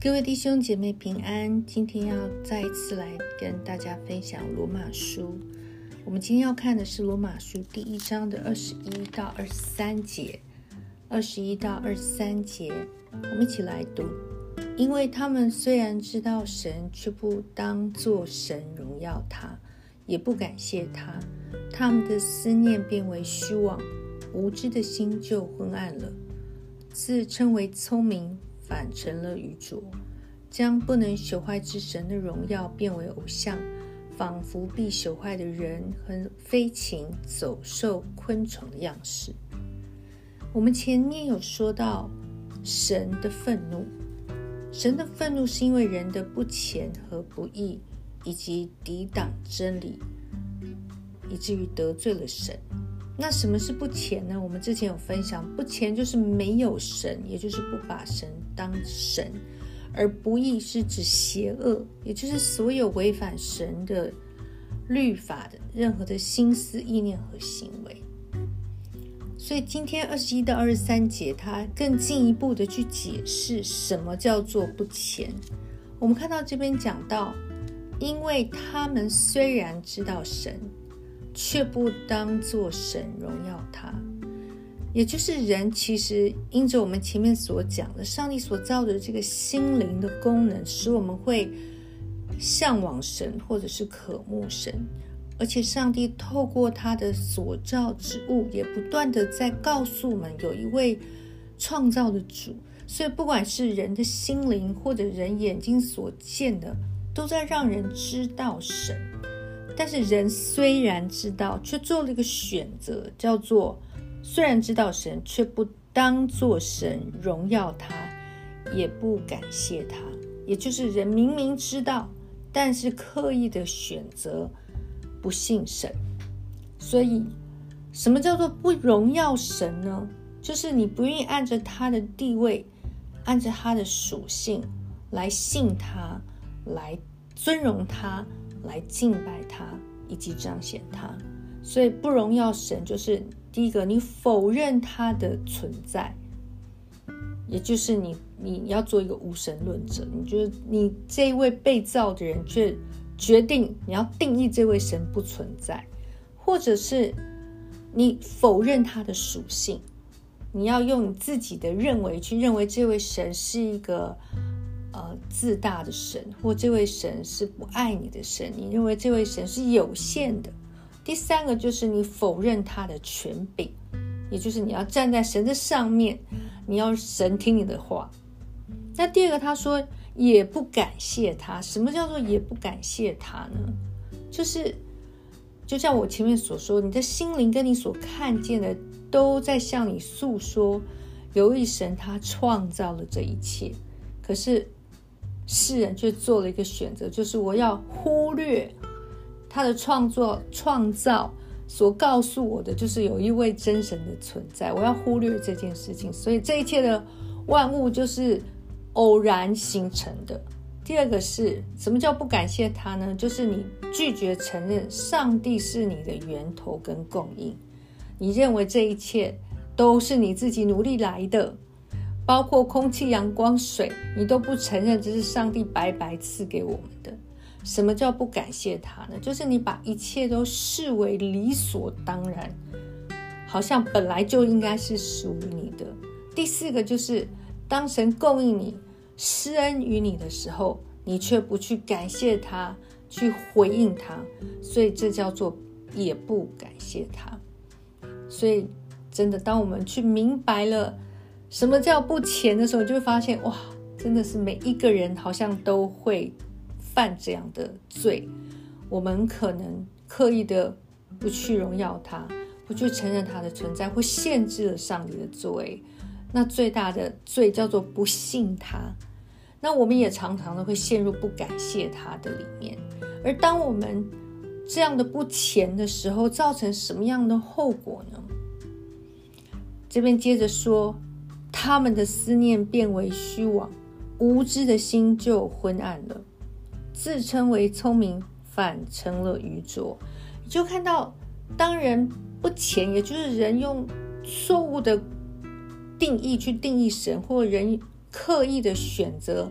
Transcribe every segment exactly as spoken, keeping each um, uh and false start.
各位弟兄姐妹平安，今天要再一次来跟大家分享罗马书。我们今天要看的是罗马书第一章的二十一到二十三节。二十一到二十三节，我们一起来读。因为他们虽然知道神，却不当作神荣耀他，也不感谢他，他们的思念变为虚妄，无知的心就昏暗了，自称为聪明，反成了愚拙，将不能朽坏之神的荣耀变为偶像，仿佛必朽坏的人和飞禽、走兽、昆虫的样式。我们前面有说到神的愤怒，神的愤怒是因为人的不虔和不义，以及抵挡真理，以至于得罪了神。那什么是不虔呢？我们之前有分享，不虔就是没有神，也就是不把神当神；而不义是指邪恶，也就是所有违反神的律法的任何的心思、意念和行为。所以今天二十一到二十三节，他更进一步的去解释什么叫做不虔。我们看到这边讲到，因为他们虽然知道神，却不当作神荣耀他。也就是人其实因着我们前面所讲的，上帝所造的这个心灵的功能，使我们会向往神或者是渴慕神。而且上帝透过他的所造之物，也不断的在告诉我们有一位创造的主。所以不管是人的心灵或者人眼睛所见的，都在让人知道神。但是人虽然知道，却做了一个选择，叫做虽然知道神，却不当作神荣耀他，也不感谢他。也就是人明明知道，但是刻意的选择不信神。所以什么叫做不荣耀神呢？就是你不愿意按着他的地位，按着他的属性来信他，来尊荣他，来敬拜他，以及彰显他。所以不荣耀神，就是第一个，你否认他的存在，也就是你你要做一个无神论者，你就是你这一位被造的人，却决定你要定义这位神不存在，或者是你否认他的属性，你要用你自己的认为去认为这位神是一个呃自大的神，或这位神是不爱你的神，你认为这位神是有限的。第三个就是你否认他的权柄，也就是你要站在神的上面，你要神听你的话。那第二个他说也不感谢他。什么叫做也不感谢他呢？就是就像我前面所说，你的心灵跟你所看见的都在向你诉说，有一神他创造了这一切，可是世人却做了一个选择，就是我要忽略他的创作创造所告诉我的，就是有一位真神的存在，我要忽略这件事情。所以这一切的万物就是偶然形成的。第二个是什么叫不感谢他呢？就是你拒绝承认上帝是你的源头跟供应，你认为这一切都是你自己努力来的，包括空气、阳光、水，你都不承认这是上帝白白赐给我们的。什么叫不感谢他呢？就是你把一切都视为理所当然，好像本来就应该是属于你的。第四个就是当神供应你、施恩于你的时候，你却不去感谢他，去回应他，所以这叫做也不感谢他。所以真的当我们去明白了什么叫不虔的时候，你就会发现哇，真的是每一个人好像都会犯这样的罪。我们可能刻意的不去荣耀他，不去承认他的存在，会限制了上帝的作为。那最大的罪叫做不信他。那我们也常常的会陷入不感谢他的里面。而当我们这样的不虔的时候，造成什么样的后果呢？这边接着说，他们的思念变为虚妄，无知的心就昏暗了，自称为聪明，反成了愚拙。你就看到当人不虔，也就是人用错误的定义去定义神，或人刻意的选择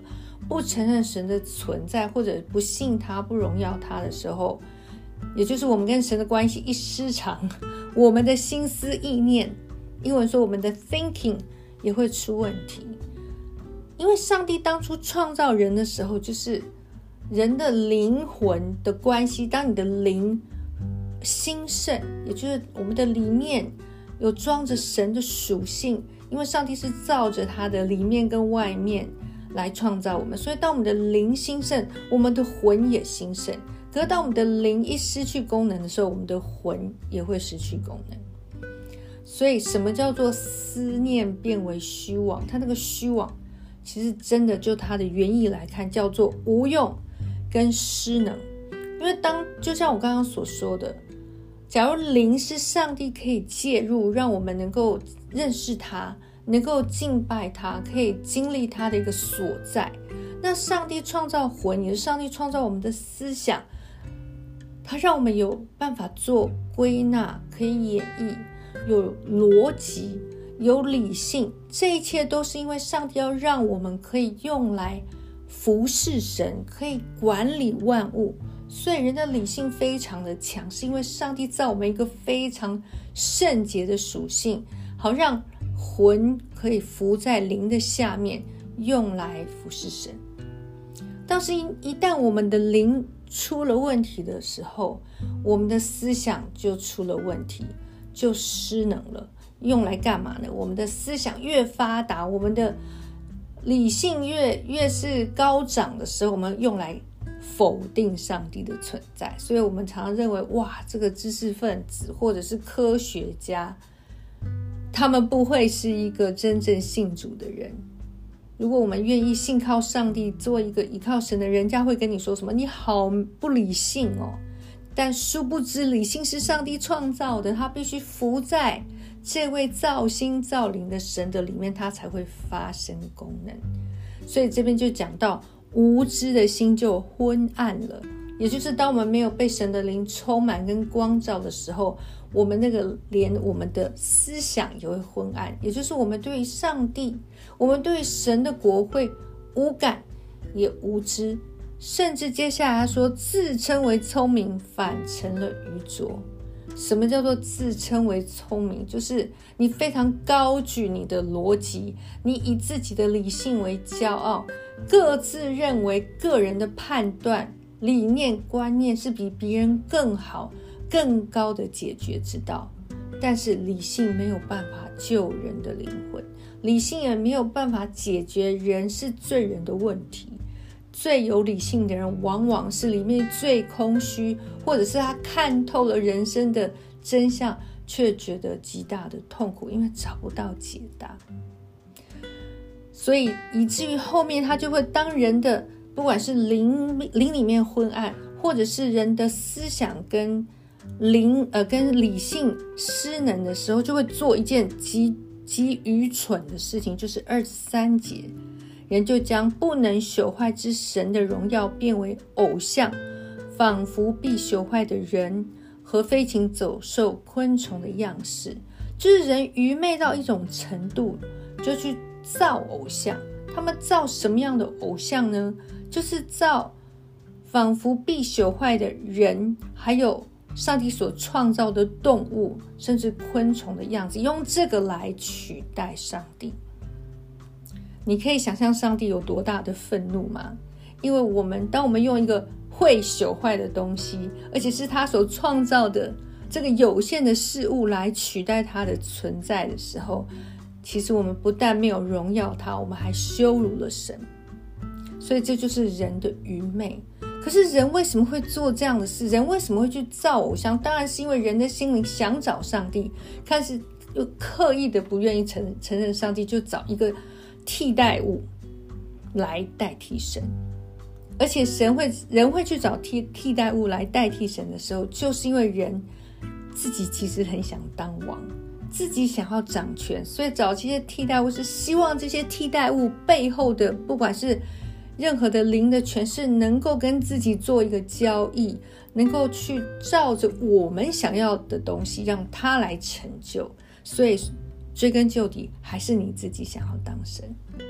不承认神的存在，或者不信他、不荣耀他的时候，也就是我们跟神的关系一失常，我们的心思意念，英文说我们的 thinking 也会出问题。因为上帝当初创造人的时候，就是人的灵魂的关系，当你的灵兴盛，也就是我们的里面有装着神的属性，因为上帝是照着他的里面跟外面来创造我们，所以当我们的灵兴盛，我们的魂也兴盛。可是当我们的灵一失去功能的时候，我们的魂也会失去功能。所以什么叫做思念变为虚妄？它那个虚妄其实真的就它的原意来看，叫做无用跟失能。因为当就像我刚刚所说的，假如灵是上帝可以介入，让我们能够认识他，能够敬拜他，可以经历他的一个所在，那上帝创造魂，也是上帝创造我们的思想，他让我们有办法做归纳，可以演绎，有逻辑，有理性，这一切都是因为上帝要让我们可以用来服侍神，可以管理万物。所以人的理性非常的强，是因为上帝造我们一个非常圣洁的属性，好让魂可以服在灵的下面，用来服侍神。但是一旦我们的灵出了问题的时候，我们的思想就出了问题，就失能了。用来干嘛呢？我们的思想越发达，我们的理性越越是高涨的时候，我们用来否定上帝的存在。所以我们常常认为，哇，这个知识分子或者是科学家，他们不会是一个真正信主的人。如果我们愿意信靠上帝，做一个依靠神的人，人家会跟你说什么？你好不理性哦。但殊不知，理性是上帝创造的，他必须服在这位造心造灵的神的里面，他才会发生功能。所以这边就讲到无知的心就昏暗了，也就是当我们没有被神的灵充满跟光照的时候，我们那个连我们的思想也会昏暗，也就是我们对于上帝，我们对于神的国会无感也无知，甚至接下来他说自称为聪明反成了愚拙。什么叫做自称为聪明？就是你非常高举你的逻辑，你以自己的理性为骄傲，各自认为个人的判断、理念、观念是比别人更好、更高的解决之道。但是理性没有办法救人的灵魂，理性也没有办法解决人是罪人的问题。最有理性的人往往是里面最空虚，或者是他看透了人生的真相，却觉得极大的痛苦，因为找不到解答。所以以至于后面他就会，当人的不管是灵灵里面昏暗，或者是人的思想跟灵呃跟理性失能的时候，就会做一件极极愚蠢的事情，就是二十三节。人就将不能朽坏之神的荣耀变为偶像，仿佛必朽坏的人和飞禽走兽昆虫的样式。就是人愚昧到一种程度，就去造偶像。他们造什么样的偶像呢？就是造仿佛必朽坏的人，还有上帝所创造的动物，甚至昆虫的样子，用这个来取代上帝。你可以想象上帝有多大的愤怒吗？因为我们当我们用一个会朽坏的东西，而且是他所创造的这个有限的事物来取代他的存在的时候，其实我们不但没有荣耀他，我们还羞辱了神。所以这就是人的愚昧。可是人为什么会做这样的事？人为什么会去造偶像？当然是因为人的心灵想找上帝，但是又刻意的不愿意承承认上帝，就找一个替代物来代替神。而且神会人会去找 替, 替代物来代替神的时候，就是因为人自己其实很想当王，自己想要掌权，所以找这些替代物是希望这些替代物背后的不管是任何的灵的权势能够跟自己做一个交易，能够去照着我们想要的东西让他来成就。所以追根究底，还是你自己想要当神。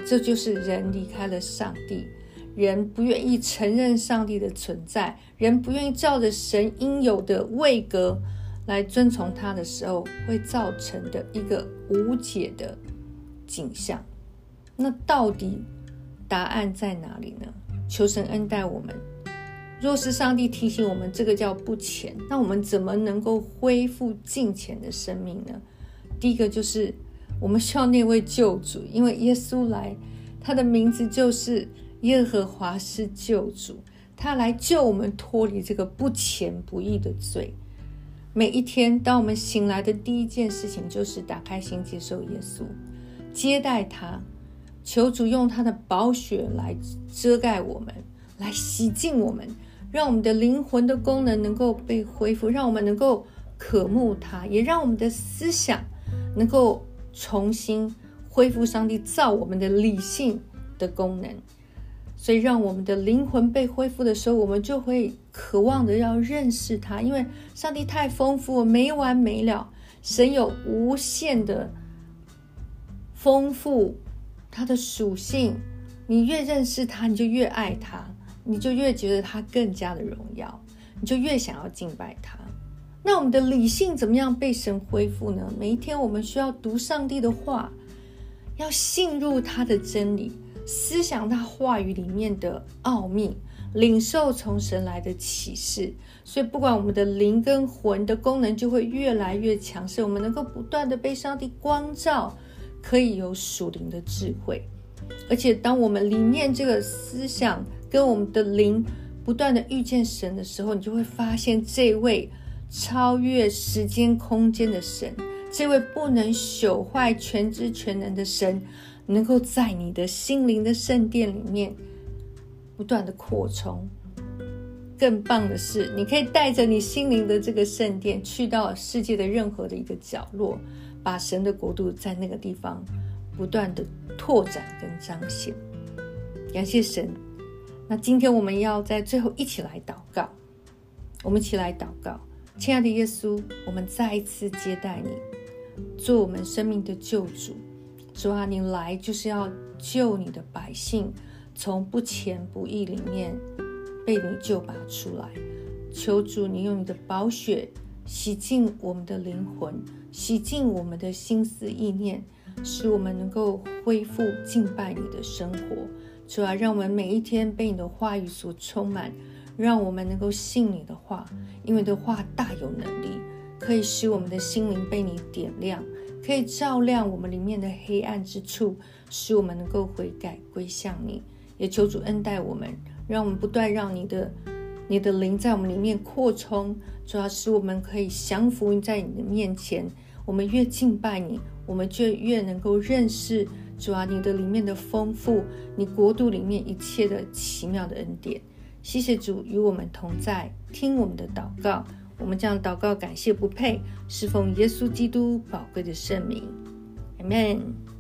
这就是人离开了上帝，人不愿意承认上帝的存在，人不愿意照着神应有的位格来遵从他的时候，会造成的一个无解的景象。那到底答案在哪里呢？求神恩待我们。若是上帝提醒我们这个叫不虔，那我们怎么能够恢复敬虔的生命呢？第一个就是我们需要那位救主，因为耶稣来，他的名字就是耶和华是救主，他来救我们脱离这个不虔不义的罪。每一天当我们醒来的第一件事情就是打开心接受耶稣，接待他，求主用他的宝血来遮盖我们，来洗净我们，让我们的灵魂的功能能够被恢复，让我们能够渴慕他，也让我们的思想能够重新恢复上帝造我们的理性的功能。所以让我们的灵魂被恢复的时候，我们就会渴望的要认识他，因为上帝太丰富，没完没了，神有无限的丰富，他的属性，你越认识他，你就越爱他，你就越觉得他更加的荣耀，你就越想要敬拜他。那我们的理性怎么样被神恢复呢？每一天我们需要读上帝的话，要信入他的真理，思想他话语里面的奥秘，领受从神来的启示。所以不管我们的灵跟魂的功能就会越来越强盛，我们能够不断的被上帝光照，可以有属灵的智慧。而且当我们里面这个思想跟我们的灵不断的遇见神的时候，你就会发现这位超越时间空间的神，这位不能朽坏全知全能的神，能够在你的心灵的圣殿里面不断的扩充。更棒的是，你可以带着你心灵的这个圣殿去到世界的任何的一个角落，把神的国度在那个地方不断的拓展跟彰显。感谢神。那今天我们要在最后一起来祷告，我们一起来祷告。亲爱的耶稣，我们再一次接待你，做我们生命的救主。主啊，你来就是要救你的百姓从不虔不义里面被你救拔出来。求主你用你的宝血洗净我们的灵魂，洗净我们的心思意念，使我们能够恢复敬拜你的生活。主啊，让我们每一天被你的话语所充满，让我们能够信你的话，因为你的话大有能力，可以使我们的心灵被你点亮，可以照亮我们里面的黑暗之处，使我们能够悔改归向你。也求主恩待我们，让我们不断让你的你的灵在我们里面扩充，主要使我们可以降服在你的面前。我们越敬拜你，我们就越能够认识主啊，你的里面的丰富，你国度里面一切的奇妙的恩典。谢谢主与我们同在，听我们的祷告。我们这样祷告感谢不配，是奉耶稣基督宝贵的圣名。 Amen。